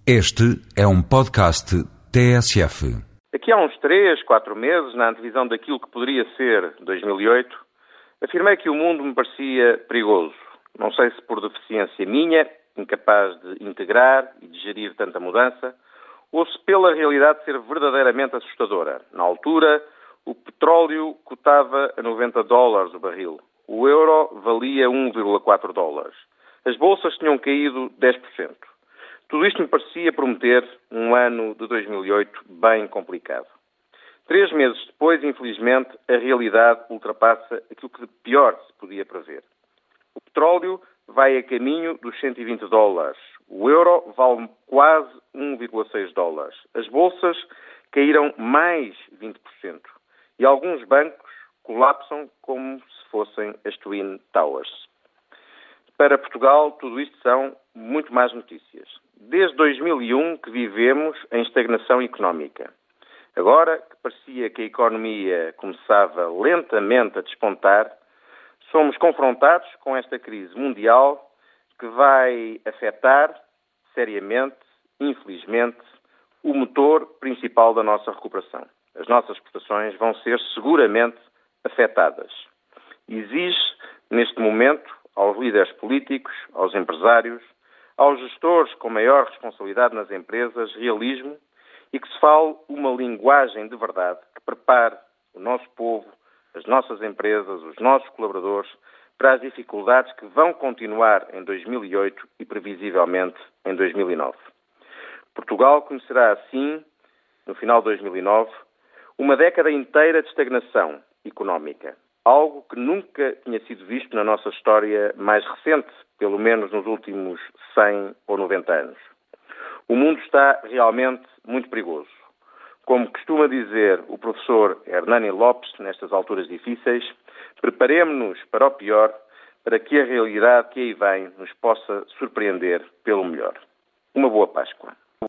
Este é um podcast TSF. Aqui há uns 3, 4 meses, na antevisão daquilo que poderia ser 2008, afirmei que o mundo me parecia perigoso. Não sei se por deficiência minha, incapaz de integrar e de gerir tanta mudança, ou se pela realidade de ser verdadeiramente assustadora. Na altura, o petróleo cotava a $90 o barril. O euro valia 1,4 dólares. As bolsas tinham caído 10%. Tudo isto me parecia prometer um ano de 2008 bem complicado. 3 meses depois, infelizmente, a realidade ultrapassa aquilo que de pior se podia prever. O petróleo vai a caminho dos 120 dólares. O euro vale quase 1,6 dólares. As bolsas caíram mais 20%. E alguns bancos colapsam como se fossem as Twin Towers. Para Portugal, tudo isto são muito más notícias. Desde 2001 que vivemos em estagnação económica. Agora que parecia que a economia começava lentamente a despontar, somos confrontados com esta crise mundial que vai afetar seriamente, infelizmente, o motor principal da nossa recuperação. As nossas exportações vão ser seguramente afetadas. Exige, neste momento, aos líderes políticos, aos empresários, aos gestores com maior responsabilidade nas empresas, realismo e que se fale uma linguagem de verdade que prepare o nosso povo, as nossas empresas, os nossos colaboradores para as dificuldades que vão continuar em 2008 e previsivelmente em 2009. Portugal conhecerá assim, no final de 2009, uma década inteira de estagnação económica. Algo que nunca tinha sido visto na nossa história mais recente, pelo menos nos últimos 100 ou 90 anos. O mundo está realmente muito perigoso. Como costuma dizer o professor Hernani Lopes, nestas alturas difíceis, preparemo-nos para o pior, para que a realidade que aí vem nos possa surpreender pelo melhor. Uma boa Páscoa.